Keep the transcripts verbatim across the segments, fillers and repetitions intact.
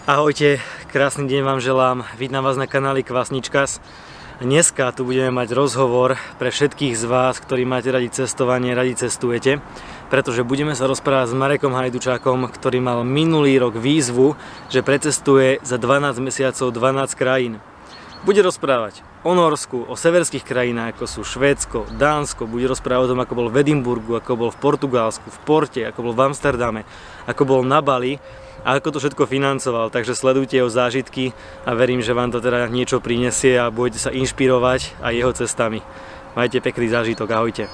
Ahojte, krásny deň vám želám, vítam vás na kanáli Kvasničkas. Dneska tu budeme mať rozhovor pre všetkých z vás, ktorí máte radi cestovanie, radi cestujete, pretože budeme sa rozprávať s Marekom Hajdučákom, ktorý mal minulý rok výzvu, že precestuje za dvanásť mesiacov dvanásť krajín. Bude rozprávať o Norsku, o severských krajinách, ako sú Švédsko, Dánsko, bude rozprávať o tom, ako bol v Edinburgu, ako bol v Portugalsku, v Porte, ako bol v Amsterdame, ako bol na Bali a ako to všetko financoval. Takže sledujte jeho zážitky a verím, že vám to teda niečo prinesie a budete sa inšpirovať aj jeho cestami. Majte pekný zážitok, ahojte.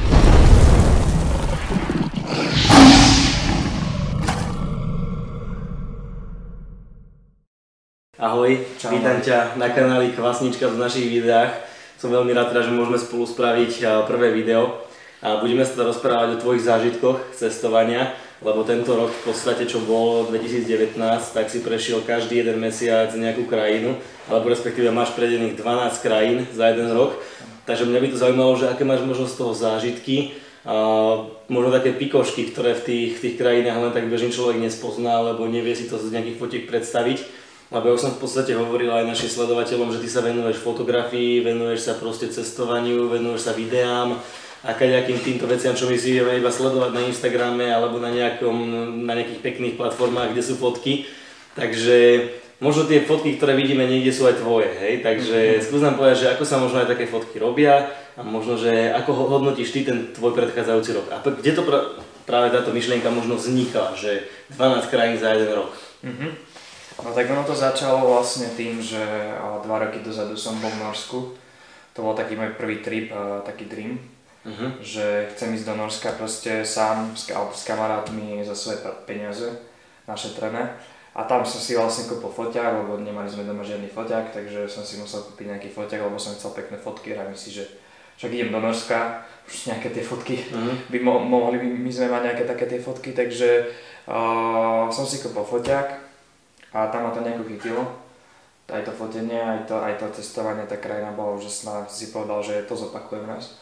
Ahoj, čau, vítam ťa na kanáli Kvasničkas v našich videách. Som veľmi rád, že môžeme spolu spraviť prvé video a budeme sa teda rozprávať o tvojich zážitkoch cestovania, lebo tento rok v podstate, čo bol dvetisíc devätnásť, tak si prešiel každý jeden mesiac nejakú krajinu, alebo respektíve máš predených dvanásť krajín za jeden rok. Takže mňa by to zaujímalo, že aké máš možno z toho zážitky, a možno také pikošky, ktoré v tých, v tých krajinách len tak bežný človek nespozná, alebo nevie si to z nejakých fotiek predstaviť. Lebo ja už som v podstate hovoril aj našim sledovateľom, že ty sa venuješ fotografii, venuješ sa proste cestovaniu, venuješ sa videám a kadejakým týmto veciam, čo my si vieme iba sledovať na Instagrame alebo na, nejakom, na nejakých pekných platformách, kde sú fotky. Takže možno tie fotky, ktoré vidíme niekde, sú aj tvoje, hej? Takže mm-hmm. skús nám povedať, že ako sa možno aj také fotky robia a možno, že ako hodnotíš ty ten tvoj predchádzajúci rok. A kde to pra- práve táto myšlienka možno vznikla, že dvanásť krajín za jeden rok? Mm-hmm. No tak ono to začalo vlastne tým, že dva roky dozadu som bol v Norsku. To bol taký môj prvý trip, taký dream, uh-huh. že chcem ísť do Norska proste sám s, s kamarátmi za svoje peniaze našetrené. A tam som si vlastne kúpil foťák, lebo nemali sme doma žiadny foťák, takže som si musel kúpiť nejaký foťák, lebo som chcel pekné fotky a si, že však idem do Norska, už nejaké tie fotky, uh-huh. by mo- mohli by my sme mať nejaké také tie fotky, takže uh, som si kúpil foťák. A tam ma to nejako chytilo, aj to fotenie, aj to, aj to cestovanie, tá krajina bola úžasná, si povedal, že to zopakujem raz.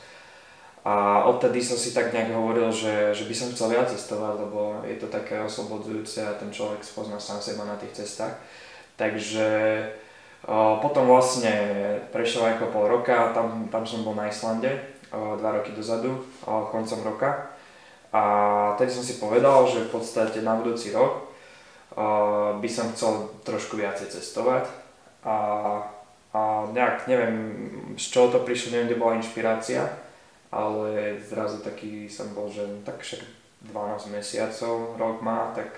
A odtedy som si tak nejak hovoril, že, že by som chcel viac cestovať, lebo je to také oslobodzujúce a ten človek spozná sám seba na tých cestách. Takže o, potom vlastne prešlo ako pol roka, tam, tam som bol na Islande, o, dva roky dozadu, o, koncom roka. A tedy som si povedal, že v podstate na budúci rok Uh, by som chcel trošku viacej cestovať a, a nejak neviem, z čoho to prišlo, neviem, kde bola inšpirácia, ale zrazu taký som bol, že tak však dvanásť mesiacov, rok má, tak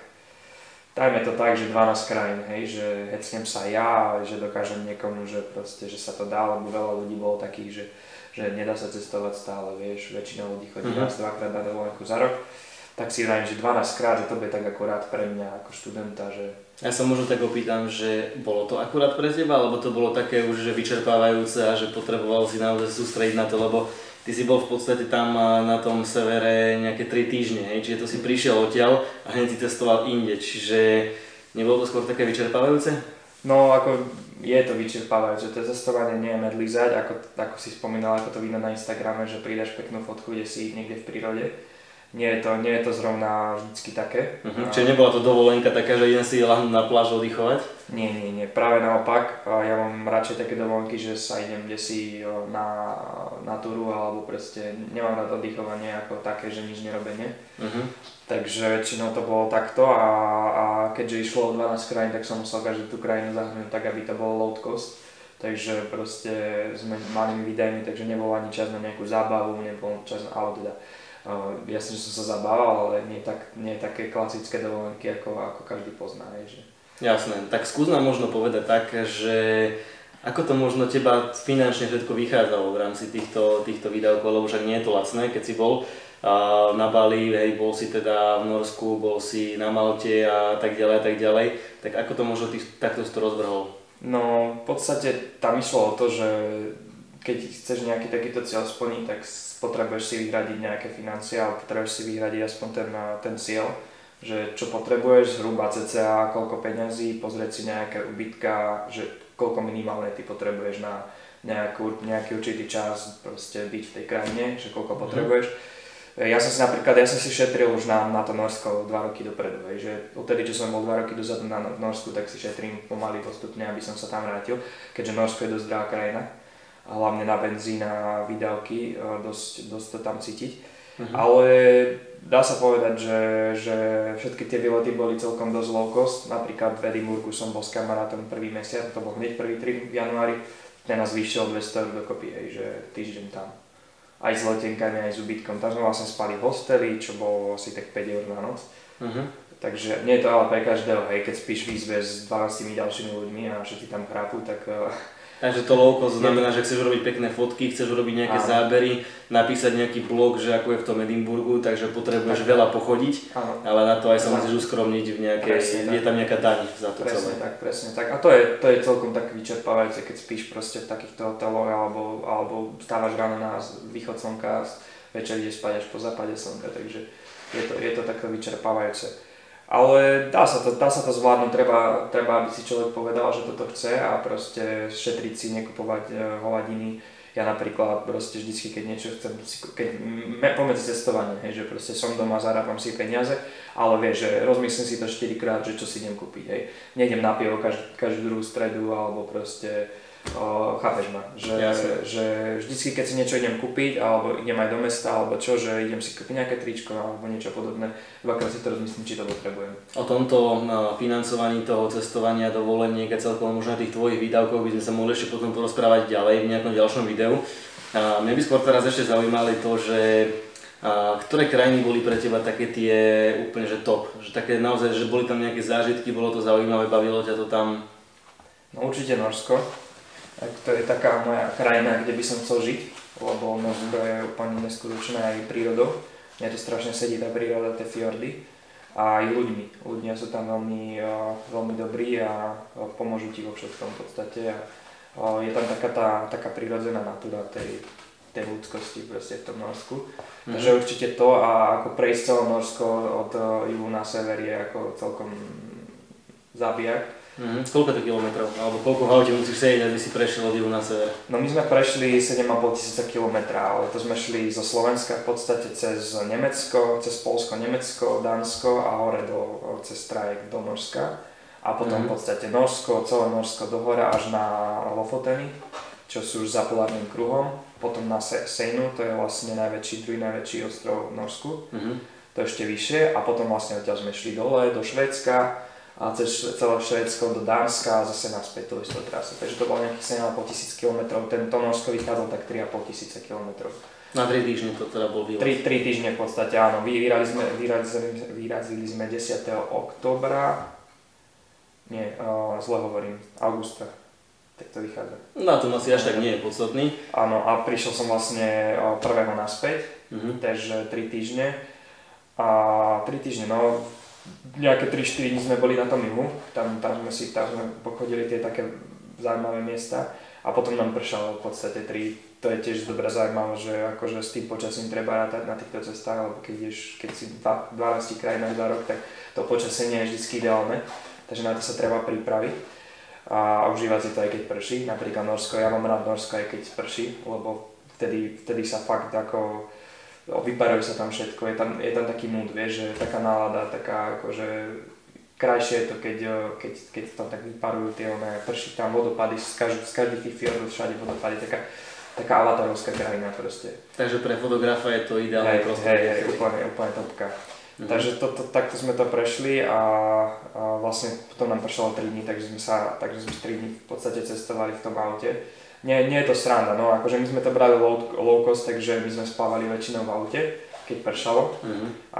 dajme to tak, že dvanásť krajín, hej, že hecnem sa ja, že dokážem niekomu, že proste, že sa to dá, lebo veľa ľudí bolo takých, že, že nedá sa cestovať stále, vieš, väčšina ľudí chodí raz, mm-hmm. dvakrát na dovolenku za rok. Tak si vravím, že dvanásť krát, že to bude tak akurát pre mňa ako študenta, že... Ja sa možno tak opýtam, že bolo to akurát pre teba, alebo to bolo také už že vyčerpávajúce a že potreboval si naozaj sústrediť na to, lebo ty si bol v podstate tam na tom severe nejaké tri týždne, hej? Čiže to si prišiel odtiaľ a hneď si testoval inde, čiže nebolo to skôr také vyčerpávajúce? No ako je to vyčerpávajúce, to cestovanie nie je medlízať, ako, ako si spomínal, ako to vidno na Instagrame, že pridáš peknú fotku, kde si niekde v prírode. Nie je to, nie je to zrovna vždycky také. Uh-huh. Čiže nebola to dovolenka taká, že idem si lahnúť na pláž oddychovať? Nie, nie, nie. Práve naopak. Ja mám radšej také dovolenky, že sa idem kdesi na, na túru alebo proste nemám rád oddychovanie ako také, že nič nerobenie. Uh-huh. Takže väčšinou to bolo takto a, a keďže išlo o dvanásť krajín, tak som musel každú tú krajinu zahrnúť tak, aby to bolo low cost. Takže proste sme malými videami, takže nebol ani čas na nejakú zábavu, nebol čas na auto. Uh, jasne, že som sa zabával, ale nie, tak, nie také klasické dovolenky, ako, ako každý pozná. Je, že... Jasné, tak skús nám možno povedať tak, že ako to možno teba finančne všetko vychádzalo v rámci týchto, týchto výdavkov, lebo však nie je to lacné, keď si bol uh, na Bali, hej, bol si teda v Norsku, bol si na Malte a tak ďalej a tak ďalej, tak ako to možno ty takto si to rozvrhol? No v podstate tam išlo o to, že keď chceš nejaký takýto cieľ splniť, tak potrebuješ si vyhradiť nejaké financie, ale potrebuješ si vyhradiť aspoň ten, ten cieľ, že čo potrebuješ, zhruba cca koľko peňazí, pozrieť si nejaké ubytka, že koľko minimálne ty potrebuješ na nejakú, nejaký určitý čas proste byť v tej krajine, že koľko potrebuješ. Ja som si napríklad, ja som si šetril už na, na to Norsko dva roky dopredu, hej, že odtedy, čo som bol dva roky dozadu na Norsku, tak si šetrím pomaly postupne, aby som sa tam vrátil, keďže Norsko je dosť drahá krajina a hlavne na benzín a výdavky, dosť, dosť to tam cítiť. Uh-huh. Ale dá sa povedať, že, že všetky tie výlety boli celkom dosť low cost, napríklad v Edinburgu som bol s kamarátom prvý mesiac, to bol hneď prvý trip v januári, ten nás vyšiel dvesto eur dokopy, hej, že týždeň tam. Aj s letenkami, aj s ubytkom. Tam sme vlastne spali v hosteli, čo bolo asi tak päť eur na noc. Uh-huh. Takže nie je to ale pre každého, hej, keď spíš v izbe s dvanástimi ďalšími ľuďmi a všetci tam chrápu, tak... Takže to low cost znamená, že chceš robiť pekné fotky, chceš robiť nejaké áno. zábery, napísať nejaký blog, že ako je v tom Edinburgu, takže potrebuješ tak. veľa pochodiť, áno. ale na to aj sa musíš uskromniť v nejakej, je tam nejaká daň za to presne celé. tak, presne tak. A to je, to je celkom tak vyčerpávajúce, keď spíš proste v takýchto hoteloch alebo, alebo stávaš ráno na východ slnka, večer ideš spať až po západe slnka, takže je to, je to takto vyčerpávajúce. Ale dá sa to, dá sa to zvládnuť, treba, treba, aby si človek povedal, že toto chce a proste šetriť si, nekupovať uh, hovadiny. Ja napríklad proste vždycky, keď niečo chcem, keď pomedzi cestovanie, hej, že proste som doma, zarábam si peniaze, ale vieš, že rozmyslím si to štyrikrát, že čo si idem kúpiť, hej. Nejdem na pivo každú, každú druhú stredu, alebo proste, o, chápeš ma, že, že vždycky, keď si niečo idem kúpiť, alebo idem aj do mesta, alebo čo, že idem si kúpiť nejaké tričko, alebo niečo podobné, dvakrát si to rozmyslím, či to potrebujem. O tomto no, financovaní toho cestovania, dovoleniek a celkom možno tých tvojich výdavkov by sme sa mohli ešte potom porozprávať ďalej v nejakom ďalšom videu. A mňa by skôr teraz ešte zaujímali to, že a, ktoré krajiny boli pre teba také tie úplne že top, že také naozaj, že boli tam nejaké zážitky, bolo to zaujímavé, bavilo ťa to tam? No určite Norsko. To je taká moja krajina, kde by som chcel žiť, lebo Norsko je úplne neskutočné aj prírodou. Mne to strašne sedí, tá príroda, tie fjordy a aj ľuďmi. Ľudia sú tam veľmi, veľmi dobrí a pomôžu ti vo všetkom v podstate. A je tam taká tá taká prirodzená natúra tej, tej ľudskosti proste v tom Norsku. Mm-hmm. Takže určite to a ako prejsť celé Norsko od juhu na sever je ako celkom zabijak. Mm-hmm. Koľko to kilometrov? Alebo koľko v aute musíš sedieť, aby si prešiel od juhu na sever? No my sme prešli sedem a pol tisíca kilometra, ale to sme šli zo Slovenska v podstate cez Nemecko, cez Poľsko, Nemecko, Dánsko a hore do, cez trajekt do Norska. A potom mm-hmm. v podstate Norsko, celé Norsko do hora až na Lofoteny, čo sú už za polárnym kruhom. Potom na Seinu, to je vlastne najväčší, druhý najväčší ostrov v Norsku. Mm-hmm. To ešte vyššie a potom vlastne odtiaľ sme šli dole do Švédska a cez celé Švédsko do Dánska a zase naspäť tú istú trasu. Takže to bolo nejakých sedem a pol tisíc kilometrov, tento Norsko vychádzal tak tri a pol tisíca kilometrov. Na tri týždne to teda bol výlet? tri týždne v podstate, áno. Vyrazili sme, vyrazili, vyrazili sme desiateho októbra, nie, uh, zle hovorím, augusta, tak to vychádza. No to asi až tak nie je podstatný. Áno, a prišiel som vlastne uh, prvého naspäť, uh-huh. takže tri týždne. A tri týždne, no nejaké tri štyri dní sme boli na tom juhu, tam, tam sme si tam sme pochodili tie také zaujímavé miesta a potom nám pršalo v podstate tri, to je tiež dobrá zaujímavosť, že akože s tým počasím treba rátať na týchto cestách, lebo keď, ideš, keď si v dvanástich krajinách za rok, tak to počasie nie je vždy ideálne, takže na to sa treba pripraviť a užívať si to aj keď prší, napríklad Norsko, ja mám rád Norsko aj keď prší, lebo vtedy, vtedy sa fakt ako vyparuje sa tam všetko, je tam, je tam taký mood, vieš, že taká nálada, taká akože krajšie je to, keď, keď, keď tam tak vyparujú tie oné, prší tam vodopady, z, každ- z každých tých fjordov všade vodopady, taká, taká avatarovská krajina proste. Takže pre fotografa je to ideálne prostredie. Hej, hej, úplne, úplne topka. Mhm. Takže to, to, takto sme to prešli a, a vlastne potom nám pršalo tri dní, takže sme sa, takže sme tri dní v podstate cestovali v tom aute. Nie, nie je to sranda, no akože my sme to brali low, low cost, takže my sme spávali väčšinou v aute, keď pršalo uh-huh. a,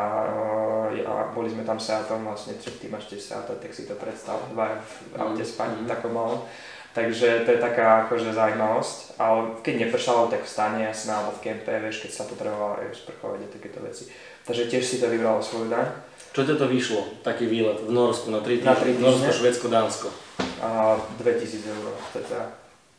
a boli sme tam Seatom, vlastne ty máš tiež Seata, tak si to predstav, dva v aute spať, uh-huh. takom malom. Takže to je taká akože zaujímavosť, ale keď nepršalo, tak v stane jasná, alebo v kempe, vieš, keď sa potrebovala sprchovať a takéto veci. Takže tiež si to vybralo svoju daň. Čo ťa to vyšlo, taký výlet v Norsku na tri týždne? Norsko, Švédsko, Dánsko. A dvetisíc eur, teda.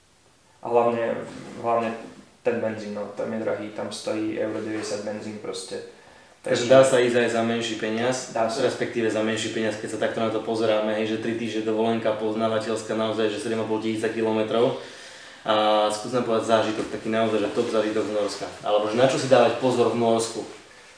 A hlavne, hlavne ten benzín, no, tam je drahý, tam stojí euro deväťdesiat benzín proste. Takže dá sa ísť aj za menší peniaz, respektíve za menší peniaz, keď sa takto na to pozeráme, hej, že tri týždne dovolenka poznávateľská naozaj, že sedem a pol tisíca kilometrov. A skúsim povedať zážitok, taký naozaj, že top zážitok z Norska. Alebo že na čo si dávať pozor v Norsku?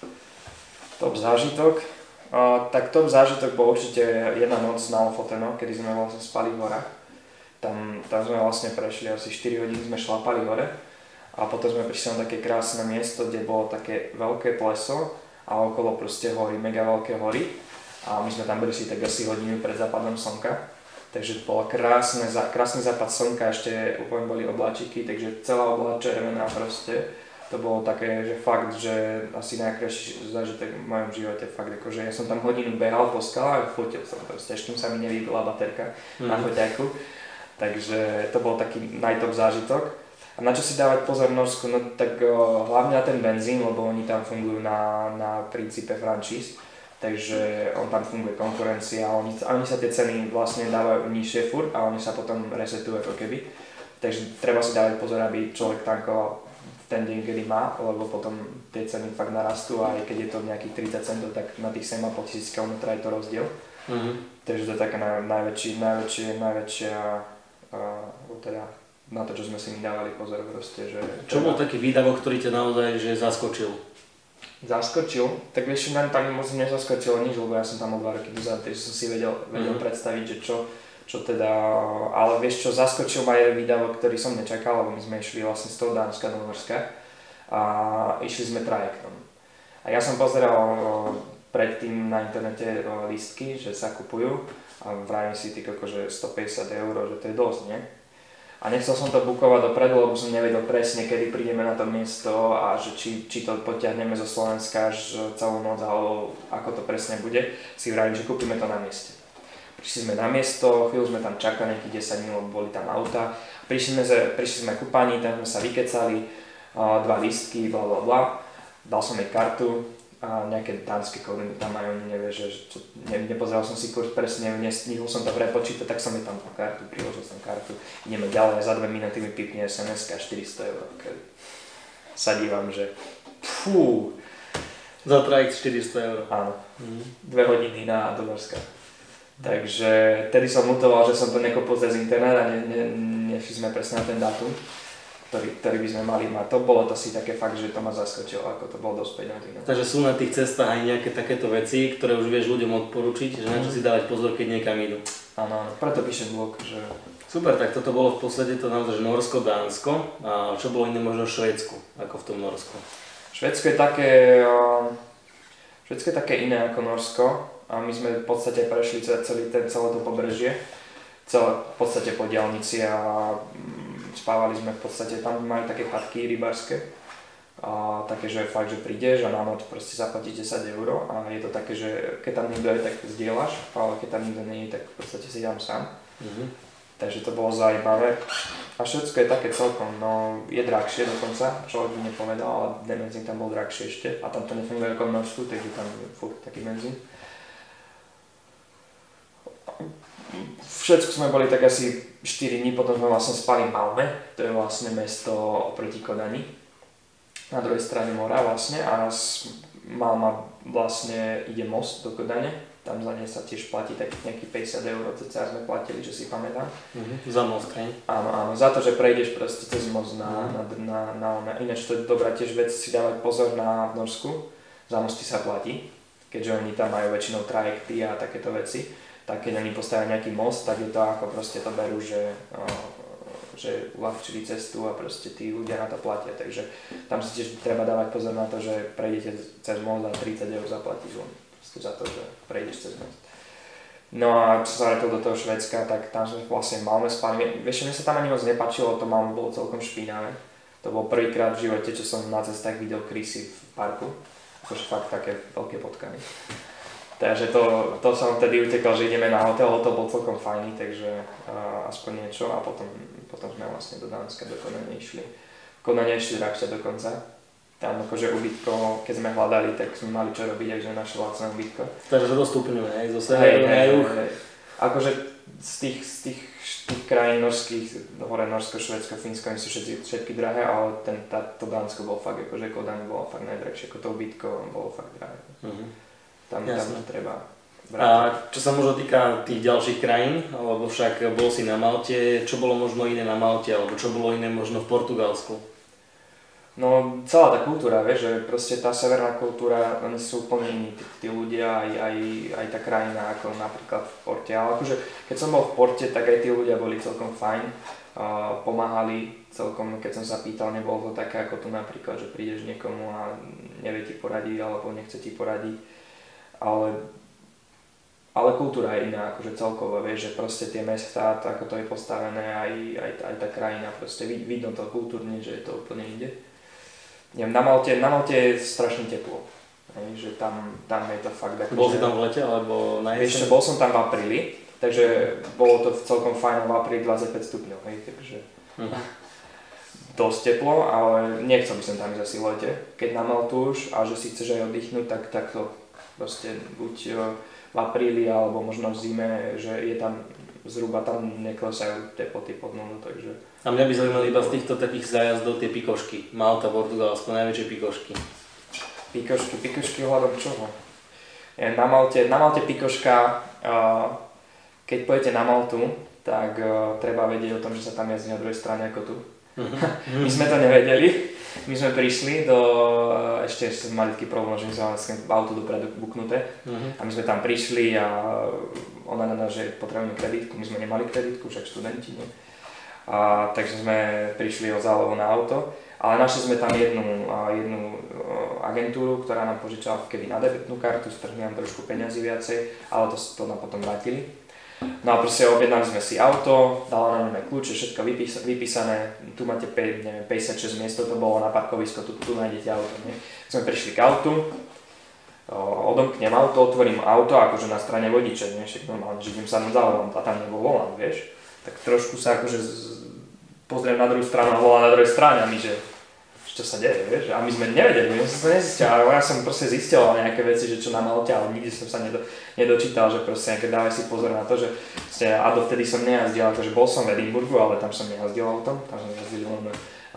Top zážitok? Uh, tak top zážitok bol určite jedna noc na Lofoteno, kedy sme vlastne spali v horách. Tam, tam sme vlastne prešli asi štyri hodiny, sme šlapali hore a potom sme prišli na také krásne miesto, kde bolo také veľké pleso a okolo proste hory, mega veľké hory a my sme tam prišli tak asi hodinu pred západom slnka. Takže bol krásny, krásny západ slnka, ešte úplne boli obláčiky, takže celá oblač červená proste. To bolo také, že fakt, že asi najkrajší zážitek v mojom živote, fakt akože ja som tam hodinu behal po skalách a fotil som proste, ešte kým sa mi nevybila baterka mm. na foťaku. Takže to bol taký najtop zážitok. A na čo si dávať pozor v Norsku? No tak o, hlavne na ten benzín, lebo oni tam fungujú na, na princípe franchise. Takže on tam funguje konkurencia a oni, oni sa tie ceny vlastne dávajú nižšie furt a oni sa potom resetujú ako keby. Takže treba si dávať pozor, aby človek tankoval ten deň, kedy má, lebo potom tie ceny fakt narastú a aj keď je to nejakých tridsať centov, tak na tých sedem a pol tisíc kilometrov je to rozdiel. Mm-hmm. Takže to je taká naj, najväčší, najväčšie, najväčšia, uh, teda na to, čo sme si my dávali pozor proste, že... Čo bol taký výdavok, ktorý ťa naozaj že zaskočil? Zaskočil? Tak vieš, mňa tam moc nezaskočilo nič, lebo ja som tam o dva roky dozadu, takže som si vedel, vedel mm-hmm. predstaviť, že čo, čo teda, ale vieš čo, zaskočil ma jeden výdavok, ktorý som nečakal, lebo my sme išli vlastne z toho Dánska do Norska a išli sme trajektom. A ja som pozeral predtým na internete lístky, že sa kupujú a vravím si ty koko, že stopäťdesiat eur, že to je dosť, nie? A nechcel som to bukovať dopredu, lebo som nevedel presne, kedy prídeme na to miesto a že či, či to potiahneme zo Slovenska až celú noc, alebo ako to presne bude. Si vravím, že kúpime to na mieste. Prišli sme na miesto, chvíľu sme tam čakali, nejakých desať minút, boli tam auta. Prišli sme, prišli sme kúpaní, tam sme sa vykecali, dva lístky, bla bla bla. Dal som jej kartu, a nejaké dánske kódy tam majú, nevie, že čo, ne, nepozeral som si kurz presne, nestihol som to prepočítať, tak som mi tam tú kartu, priložil som kartu, ideme ďalej a za dve minúty mi pipne es em eska štyristo eur. Sa dívam, že fú. Za trajekt štyristo eur. Áno, mm. dve hodiny na do Norska. Takže tedy som mutoval, že som to nekopol cez internet a ne, ne, nešli sme presne na ten dátum, ktorý, ktorý by sme mali mať. To bolo to si také fakt, že to ma zaskočilo, ako to bolo dosť peňazí. No. Takže sú na tých cestách aj nejaké takéto veci, ktoré už vieš ľuďom odporučiť, že na čo si dávať pozor, keď niekam idú. Áno, preto píšem blog, že... Super, tak toto bolo v podstate to naozaj Norsko, Dánsko. A čo bolo iné možno v Švédsku, ako v tom Norsku? Švédsko je také... Švédsko je také iné ako Norsko. A my sme v podstate prešli celý ten, celé to pobrežie. Celé v podstate po diaľnici a spávali sme v podstate, tam majú také chatky rybárske a také, že fakt, že prídeš a na noc proste zaplatíš desať eur a je to také, že keď tam niekto je, tak zdieľaš, ale keď tam nikto nie je, tak v podstate si tam sám. Mm-hmm. Takže to bolo zaujímavé. A Švédsko je také celkom, no je drahšie dokonca, človek by nepovedal, ale ten benzín tam bol drahšie ešte a tam to nefunguje ako v Norsku, takže tam je furt taký benzín. V Švédsku sme boli tak asi štyri dní, potom sme vlastne spali v Malme, to je vlastne mesto oproti Kodani, na druhej strane mora vlastne a z Malma vlastne ide most do Kodane, tam za ne sa tiež platí tak nejakých päťdesiat eur, cca sme platili, že si pamätám. Mm-hmm. Za most, hej? Áno, áno, za to, že prejdeš proste cez most na, mm-hmm. na, na, na, na, ináč to je dobrá tiež vec si dávať pozor na v Norsku, za mosty sa platí, keďže oni tam majú väčšinou trajekty a takéto veci. Tak keď oni postavia nejaký most, tak je to ako proste to berú, že, že uľahčili cestu a proste tí ľudia na to platia. Takže tam si tiež treba dávať pozor na to, že prejdete cez most a tridsať eur zaplatíš len za to, že prejdeš cez most. No a čo sa vrátil do toho Švédska, tak tam sme vlastne Malme spali. Vieš, mne sa tam ani moc nepáčilo, to Malme bolo celkom špinavé. To bol prvýkrát v živote, čo som na cestách videl krysy v parku. Akože fakt také veľké potkany. Takže to, to som vtedy utekal, že ideme na hotel, hotel bol celkom fajný, takže uh, aspoň niečo a potom, potom sme vlastne do Dánska do Kodane išli. Kodane ešte drahšie dokonca. Tam akože ubytko, keď sme hľadali, tak sme mali čo robiť, takže našli lacné ubytko. Takže to dostupňuje, hej, zo severu na juh. Akože z tých, z tých, tých krajín norských, hore Norsko, Švédsko, Fínsko, nie sú všetky, všetky drahé, ale ten, tá, to Dánsko bolo fakt, akože Kodaň bolo fakt najdrahšie, ako to ubytko bolo fakt drahé. Uh-huh. Tam, tam treba vrátiť. A čo sa možno týka tých ďalších krajín, alebo však bol si na Malte, čo bolo možno iné na Malte, alebo čo bolo iné možno v Portugalsku? No celá tá kultúra, vieš, že proste tá severná kultúra, oni sú úplne iní, tí, tí ľudia, aj, aj, aj tá krajina, ako napríklad v Porte. Ale akože, keď som bol v Porte, tak aj tí ľudia boli celkom fajn, uh, pomáhali celkom, keď som sa pýtal, nebolo to také ako tu napríklad, že prídeš niekomu a nevie ti poradiť, alebo nechce ti poradiť, ale, ale kultúra je iná, akože celkovo, vieš, že proste tie mestá, to, ako to je postavené, aj, aj, aj tá krajina, proste vidno to kultúrne, že je to úplne inde. Neviem, na Malte, na Malte je strašne teplo, hej, že tam, tam je to fakt ako, bol že... si tam v lete, alebo na jeseň? Ešte bol som tam v apríli, takže bolo to celkom fajn, v apríli dvadsaťpäť stupňov, hej, takže uh-huh. dosť teplo, ale nechcel by som tam ísť asi v lete, keď na Maltu už, a že si chceš aj oddychnúť, tak, tak to proste buď v apríli, alebo možno v zime, že je tam zhruba tam neklesajú teploty pod nulu, takže... A mňa by zaujímali iba z týchto takých zájazdov tie pikošky. Malta, Portugalsko, najväčšie pikošky. Pikošky, pikošky ohľadom čoho? Ja, na, Malte, na Malte pikoška, uh, keď pojete na Maltu, tak uh, treba vedieť o tom, že sa tam jazdí na druhej strane ako tu. Uh-huh. My sme to nevedeli. My sme prišli do, ešte, ešte sme mali taký problém, že my sme mali auto dopredu buknuté uh-huh. a my sme tam prišli a ona na nás, že potrebujeme kreditku, my sme nemali kreditku, však študenti, nie? A, takže sme prišli o zálohu na auto, ale našli sme tam jednu, jednu agentúru, ktorá nám požičala keby na debitnú kartu, strhli nám trošku peňazí viacej, ale to, to nám potom vrátili. No a proste objednali sme si auto, dala nám aj kľúče, všetko vypísa, vypísané, tu máte päťdesiatšesť miesto, to bolo na parkovisko, tu, tu nájdete auto, nie? Sme prišli k autu, odomknem auto, otvorím auto, akože na strane vodiča, nie? Však normálne, že idem sa za volant a tam nebol volant, vieš? Tak trošku sa akože pozriem na druhú stranu a volá na druhej strane a my, že čo sa deje, vieš? A my sme nevedeli, my sme sa to nezistili, ale ja som proste zistil nejaké veci, že čo na Malte, ale nikdy som sa nedo, nedočítal, že proste nejaké dávaj si pozor na to, že proste, a dovtedy som nejazdil, akože bol som v Edinburgu, ale tam som nejazdil autom, tam som jazdil len uh,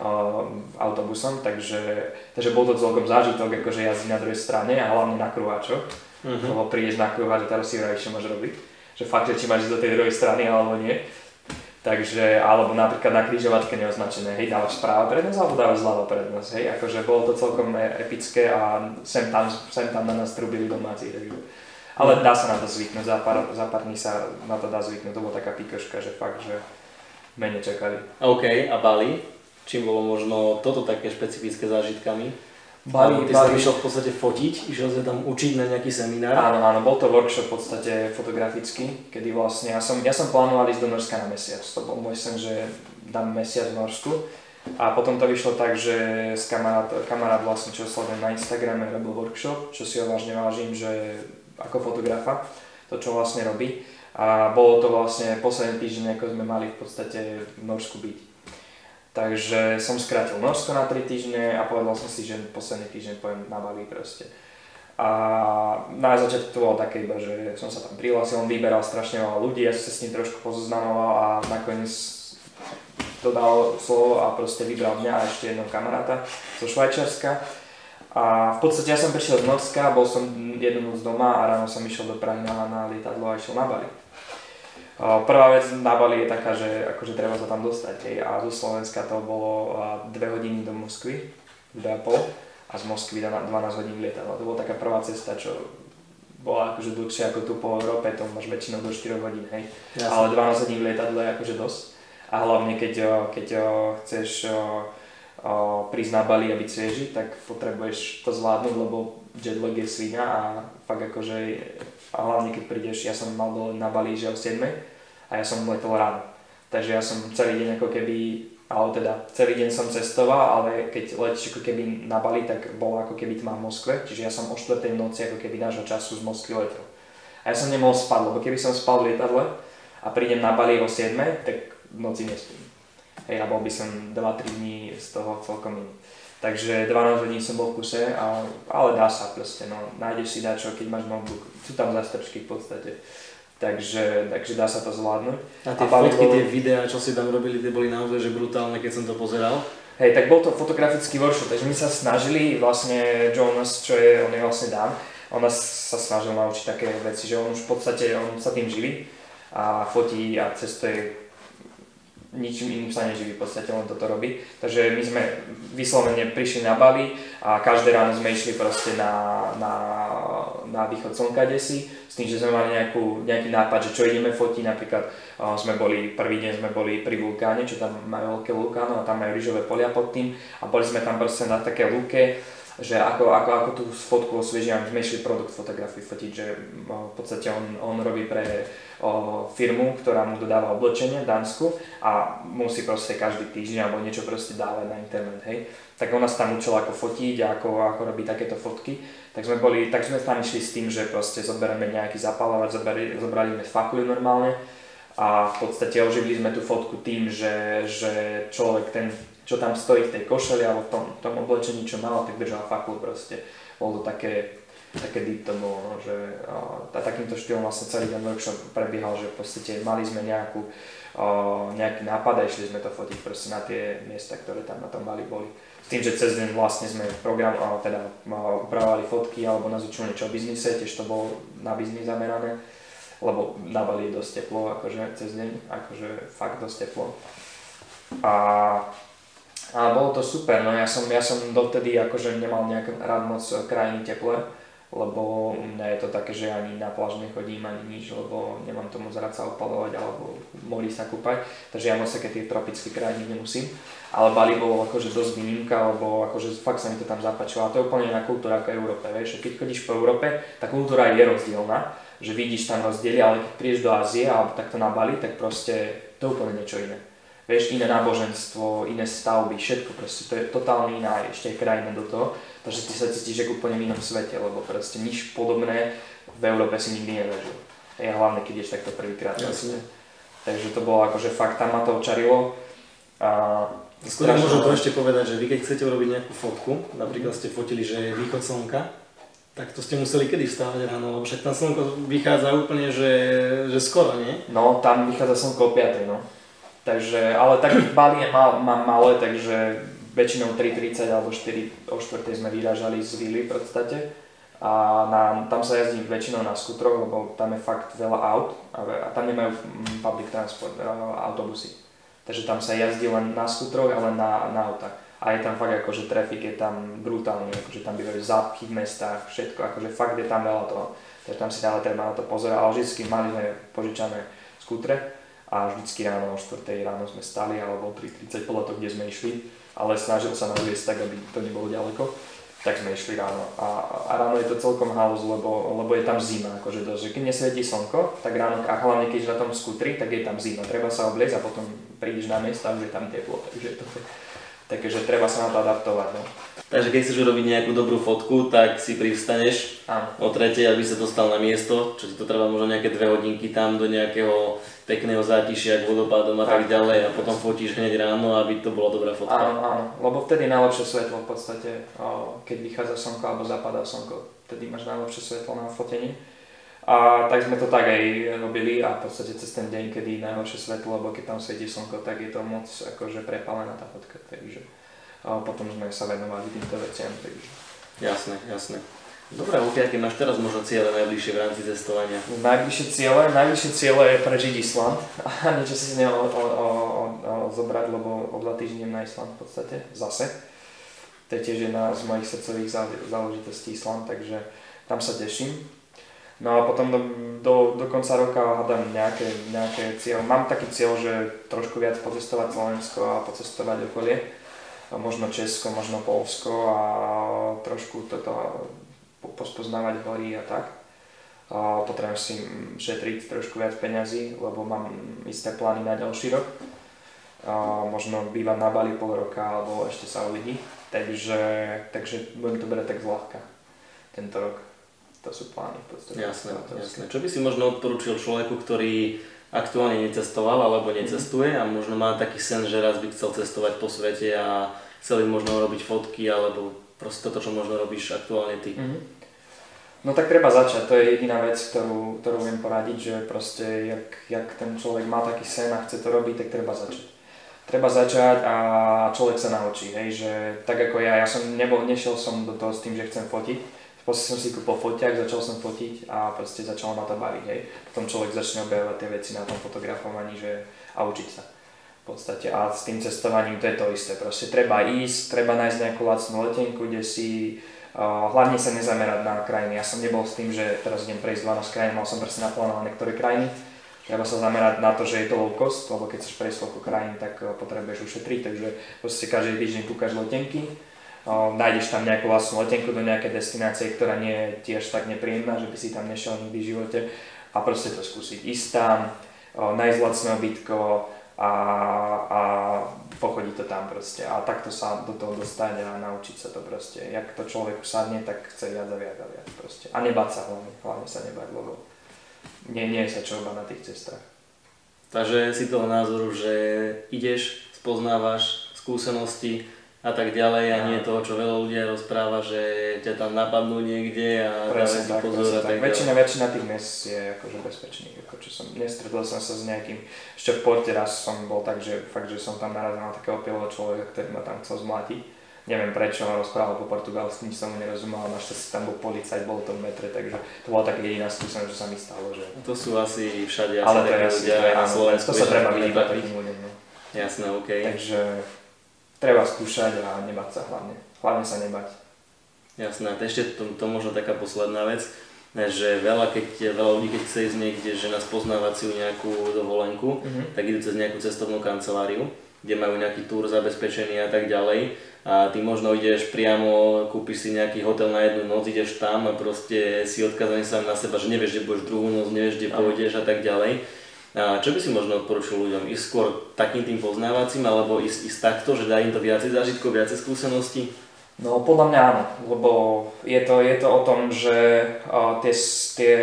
autobusom, takže, takže bol to celkom zážitok, akože jazdiť na druhej strane a hlavne na krúvačoch, uh-huh. lebo prídeš na krúvač a teraz si vravíš, čo máš robiť, že fakt, že či máš ísť do tej druhej strany alebo nie. Takže, alebo napríklad na križovatke neoznačené, hej, dávaš správa pred nás, alebo dávaš zľava pred nás, hej, akože bolo to celkom epické a sem tam, sem tam na nás trúbili domáci, takže. Ale dá sa na to zvyknúť, za pár, za pár dní sa na to dá zvyknúť, to bola taká pikoška, že fakt, že menej čakali. OK, a Bali? Čím bolo možno toto také špecifické zážitkami? Bali, Ty Bali. sa išiel v podstate fotiť, išiel sa tam učiť na nejaký seminár? Áno, áno, bol to workshop v podstate fotografický, kedy vlastne, ja som, ja som plánoval ísť do Norska na mesiac, to bol môj sen, že dám mesiac v Norsku. A potom to vyšlo tak, že s kamarát, kamarát vlastne, čo sledujem na Instagrame, robil workshop, čo si ho vážne vážim, že ako fotografa, to čo vlastne robí. A bolo to vlastne posledný týždeň, ako sme mali v podstate v Norsku byť. Takže som skrátil Norsko na tri týždne a povedal som si, že posledný týždeň pojem na Bali proste. A na začiatku to bolo také iba, že som sa tam prihlásil, on vyberal strašne veľa ľudí, ja som sa s ním trošku pozoznamoval a nakoniec to dal slovo a proste vybral mňa a ešte jedného kamaráta zo Švajčiarska. A v podstate ja som prišiel z Norska, bol som jednu noc doma a ráno som išiel do Prahy na, na lietadlo a išiel na Bali. Prvá vec na Bali je taká, že akože treba sa tam dostať, hej, a zo Slovenska to bolo dve hodiny do Moskvy, dva a pol, a z Moskvy dvanásť hodín lietadla. To bola taká prvá cesta, čo bola akože dlhšia ako tu po Európe, to máš väčšinou do štyroch hodín, hej. Jasne. Ale dvanásť hodín lietadla je akože dosť. A hlavne keď, keď chceš prísť na Bali a byť svieži, tak potrebuješ to zvládnuť, lebo jetlag je sviňa a fakt akože, a hlavne keď prídeš, ja som mal dole na Bali, že o siedmej a ja som letel ráno. Takže ja som celý deň ako keby, ale teda celý deň som cestoval, ale keď letíš ako keby na Bali, tak bolo ako keby tma v Moskve, čiže ja som o štvrtej noci ako keby nášho času z Moskvy letel. A ja som nemohol spať, lebo keby som spal v lietadle a prídem na Bali o siedmej, tak v noci nespím. Hej, a bol by som dva tri dní z toho celkom iný. Takže dvanásť hodín som bol v kuse, ale, ale dá sa proste, no, nájdeš si dačo, keď máš notebook, sú tam zastrčky v podstate. Takže, takže dá sa to zvládnuť. A tie a fotky, bolo... tie videá, čo si tam robili, tie boli naozaj že brutálne, keď som to pozeral. Hej, tak bol to fotografický workshop, takže my sa snažili, vlastne Jonas, čo je, on je vlastne dám, on nás sa snažil naučiť také veci, že on už v podstate, on sa tým živí a fotí a cestuje ničím iným sa neživí, v podstate len toto robí. Takže my sme vyslovene prišli na Bali a každé ráno sme išli proste na, na, na východ slnka desi, s tým, že sme mali nejakú, nejaký nápad, že čo ideme fotiť. Napríklad uh, sme boli, prvý deň sme boli pri vulkáne, čo tam majú veľké vulkáno a tam majú rýžové polia pod tým a boli sme tam proste na také lúke, že ako, ako, ako tú fotku osviežia, my sme išli produkt fotografii fotiť, že v podstate on, on robí pre o, firmu, ktorá mu dodáva oblečenie v Dánsku a musí proste každý týždeň alebo niečo proste dávať na internet, hej. Tak on nás tam učil ako fotiť a ako, ako robiť takéto fotky. Tak sme, boli, tak sme tam išli s tým, že proste zoberieme nejaký zapáľovač, zobrali, zobrali sme fakuly normálne a v podstate oživili sme tú fotku tým, že, že človek ten, čo tam stojí v tej košeli alebo v tom, tom oblečení, čo mal, tak držal fakul proste. Bolo to také, také deep to bolo, no, že a, takýmto štýlom vlastne celý ten workshop prebiehal, že v podstate mali sme nejakú, a, nejaký nápad a išli sme to fotiť proste na tie miesta, ktoré tam na tom Bali boli. S tým, že cez deň vlastne sme program, a, teda a, upravovali fotky alebo nás učili niečo o biznise, tiež to bolo na biznis zamerané, lebo na Bali je dosť teplo, akože cez deň, akože fakt dosť teplo. A A bolo to super, no ja som, ja som dovtedy akože nemal nejak rád moc krajiny teplé, lebo u mňa je to také, že ani na pláž nechodím, ani nič, lebo nemám to moc rád sa opalovať alebo mori sa kúpať, takže ja moc také tie tropické krajiny nemusím. Ale Bali bolo akože dosť výnimka, lebo akože fakt sa mi to tam zapáčilo a to je úplne iná kultúra ako v Európe, vieš, keď chodíš po Európe, tá kultúra je rozdielna, že vidíš tam rozdiely, ale keď prídeš do Ázie alebo takto na Bali, tak proste to je úplne niečo iné. Vieš, iné náboženstvo, iné stavby, všetko proste, to je totálne iná ešte aj krajina do toho, takže ty sa cítiš ako úplne v inom svete, lebo proste nič podobné v Európe si nikdy nezažil. A hlavne, keď ješ takto prvýkrát. Takže to bolo akože fakt, tam ma to očarilo. A skôr môžem to ešte povedať, že vy keď chcete urobiť nejakú fotku, napríklad ste fotili, že je východ slnka, tak to ste museli kedy vstávať ráno, lebo však tam slnko vychádza úplne, že, že skoro, nie? No, tam vychádza slnko o piatej, no. Takže, ale tak Bali je mal, mám malé, takže väčšinou tri tridsať alebo štyri o štvrtej sme vyrážali z vily v podstate a na, tam sa jazdí väčšinou na skutroch, lebo tam je fakt veľa aut a, a tam nemajú public transport, autobusy. Takže tam sa jazdí len na skutroch a len na, na autách. A je tam fakt akože trafik je tam brutálny, akože tam bývajú zápchy v mestách, všetko, akože fakt je tam veľa toho. Takže tam si dále treba na to pozerať, ale vždycky mali sme požičané skutre. A vždycky ráno o štvrtej ráno sme stali, alebo o tri tridsať podľa toho, kde sme išli, ale snažil sa nás viesť tak, aby to nebolo ďaleko, tak sme išli ráno. A, a ráno je to celkom halus, lebo, lebo je tam zima, akože dosť, že keď nesvietí slnko, tak ráno, a hlavne keď na tom skutri, tak je tam zima, treba sa obliecť a potom prídeš na miesto a už je tam teplo, takže to je, takže treba sa na to adaptovať. No. Takže keď chceš urobiť nejakú dobrú fotku, tak si privstaneš o tretej, aby sa dostal na miesto, čo ti to treba možno nejaké dve hodinky tam do nejakého pekného zátišia k vodopádom a tak, tak ďalej a potom fotíš hneď ráno, aby to bola dobrá fotka. Áno, áno, lebo vtedy je najlepšie svetlo v podstate, keď vychádza slnko alebo zapadá slnko, vtedy máš najlepšie svetlo na fotení. A tak sme to tak aj robili a v podstate cez ten deň, kedy je najhoršie svetlo, lebo keď tam svieti slnko, tak je to moc akože prepálená tá fotka, takže a potom sme sa venovali týmto veciam, takže. Jasné, jasné. Dobre, Luky, aké máš teraz možno ciele najbližšie v rámci cestovania? Najbližšie ciele? Najbližšie ciele je prežiť Island a niečo si z neho o, o, o, o, zobrať, lebo o dva týždne na Island v podstate, zase. To je tiež jedna z mojich srdcových záležitostí Island, takže tam sa teším. No a potom do, do, do konca roka hľadám nejaké, nejaké cieľ. Mám taký cieľ, že trošku viac pocestovať Slovensko a pocestovať okolie. Možno Česko, možno Poľsko a trošku toto pospoznávať hory a tak. A potrebujem si šetriť trošku viac peňazí, lebo mám isté plány na ďalší rok. A možno bývam na Bali pol roka, alebo ešte sa uvidí. Takže, takže budem to brať tak zľahka tento rok. To sú plány v podstate. Jasné, jasné. Čo by si možno odporúčil človeku, ktorý aktuálne necestoval alebo necestuje a možno má taký sen, že raz by chcel cestovať po svete a chcel by možno robiť fotky alebo proste toto, čo možno robíš aktuálne ty? Mm-hmm. No tak treba začať, to je jediná vec, ktorú, ktorú viem poradiť, že proste jak, jak ten človek má taký sen a chce to robiť, tak treba začať. Treba začať a človek sa naučí, hej, že tak ako ja, ja som nebol, nešiel som do toho s tým, že chcem fotiť. Proste som si kúpil foťák, začal som fotiť a proste začal ma to baviť, hej. Potom človek začne objavovať tie veci na tom fotografovaní, že a učiť sa. V podstate a s tým cestovaním to je to isté, proste treba ísť, treba nájsť nejakú lacnú letenku, kde si uh, hlavne sa nezamerať na krajiny. Ja som nebol s tým, že teraz idem prejsť dvanásť krajín, mal som presne naplánované niektoré krajiny. Treba sa zamerať na to, že je to low cost, lebo keď chceš prejsť toľko krajín, tak uh, potrebuješ ušetriť, takže proste každý týždeň kúkaš letenky, uh, nájdeš tam nejakú vlastnú letenku do nejakej destinácie, ktorá nie je tiež tak nepríjemná, že by si tam nešiel nikdy v živote a proste to skúsiť. Ísť tam, uh, nájsť lacné bytko, A, a pochodí to tam proste a takto sa do toho dostať a naučiť sa to proste. Jak to človek sadne, tak chce viac a viac a viac proste. A nebať sa hlavne, hlavne sa nebať, lebo nie, nie je sa čo bať na tých cestách. Takže si toho názoru, že ideš, spoznávaš skúsenosti a tak ďalej a nie toho, čo veľa ľudia rozpráva, že ťa tam napadnú niekde a presne si tak, pozor a tak ďalej. Väčšina, väčšina tých miest je akože bezpečných, ako čo som, nestretol som sa s nejakým, ešte v Porte raz som bol tak, že fakt, že som tam narazil na takého opielého človeka, ktorý ma tam chcel zmlátiť. Neviem prečo, on rozprával po portugalsky, nič som mu nerozumel, našťastie tam bol policajt, bol to v metre, takže to bola taká jediná skúsenosť, čo sa mi stalo. Že... To sú asi všade asi ale to také je ľudia aj na Slovensku. To sa treba vyhýbať tým ľuďom. No. Jasné, okej. Okay. Takže treba skúšať a nebať sa hlavne. Hlavne sa nebať. Jasné, a ešte to, to možno taká posledná vec, že veľa, keď, veľa ľudí, keď chce ísť niekde, že na spoznávaciu nejakú dovolenku, mm-hmm. tak idú cez nejakú cestovnú kanceláriu, kde majú nejaký túr zabezpečený a tak ďalej. A ty možno ideš priamo, kúpiš si nejaký hotel na jednu noc, ideš tam a proste si odkazaný sám na seba, že nevieš, kde budeš druhú noc, nevieš, kde pôjdeš a tak ďalej. A čo by si možno odporučil ľuďom? Ísť skôr takým tým poznávacím, alebo ísť, ísť takto, že dá im to viacej zážitkov, viacej skúseností? No podľa mňa áno, lebo je to, je to o tom, že uh, tie, tie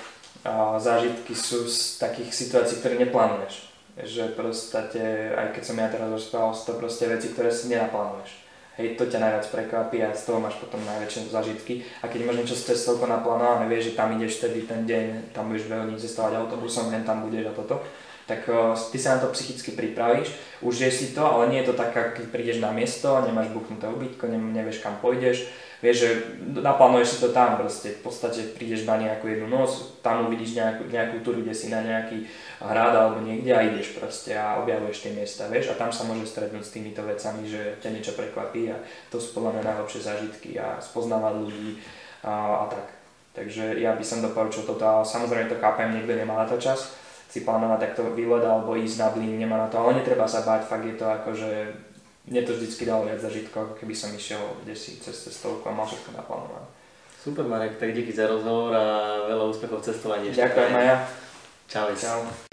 uh, zážitky sú z takých situácií, ktoré neplánuješ. Že proste, aj keď som ja teraz rozprával, sú to proste veci, ktoré si nenaplánuješ. Hej, to ťa najviac prekvapí a z toho máš potom najväčšie zážitky. A keď máš niečo z cestovko naplánované, vieš, že tam ideš vtedy ten deň, tam budeš veľmi cestovať autobusom, len tam budeš a toto, tak uh, ty sa na to psychicky pripravíš, užiješ si to, ale nie je to tak, keď prídeš na miesto a nemáš buchnuté ubytko, ne, nevieš kam pôjdeš, vieš, že naplánuješ si to tam proste, v podstate prídeš na nejakú jednu noc, tam uvidíš nejakú, nejakú túru, kde si na nejaký hrad alebo niekde a ideš proste a objavuješ tie miesta, vieš, a tam sa môžeš stretnúť s týmito vecami, že ťa niečo prekvapí a to sú podľa mňa najlepšie zážitky a spoznávať ľudí a, a tak. Takže ja by som doporučil toto a samozrejme to chápem, niekto nemá na to čas si plánovať takto výlet alebo ísť na blín, nemá na to, ale netreba sa báť, fakt je to akože mne to vždycky dalo viac zažitkov, ako keby som išiel kde si cez cestovku a mal všetko naplánované. Super Marek, tak díky za rozhovor a veľa úspechov v cestovaní. Ďakujem aj ja. Čau. Čau.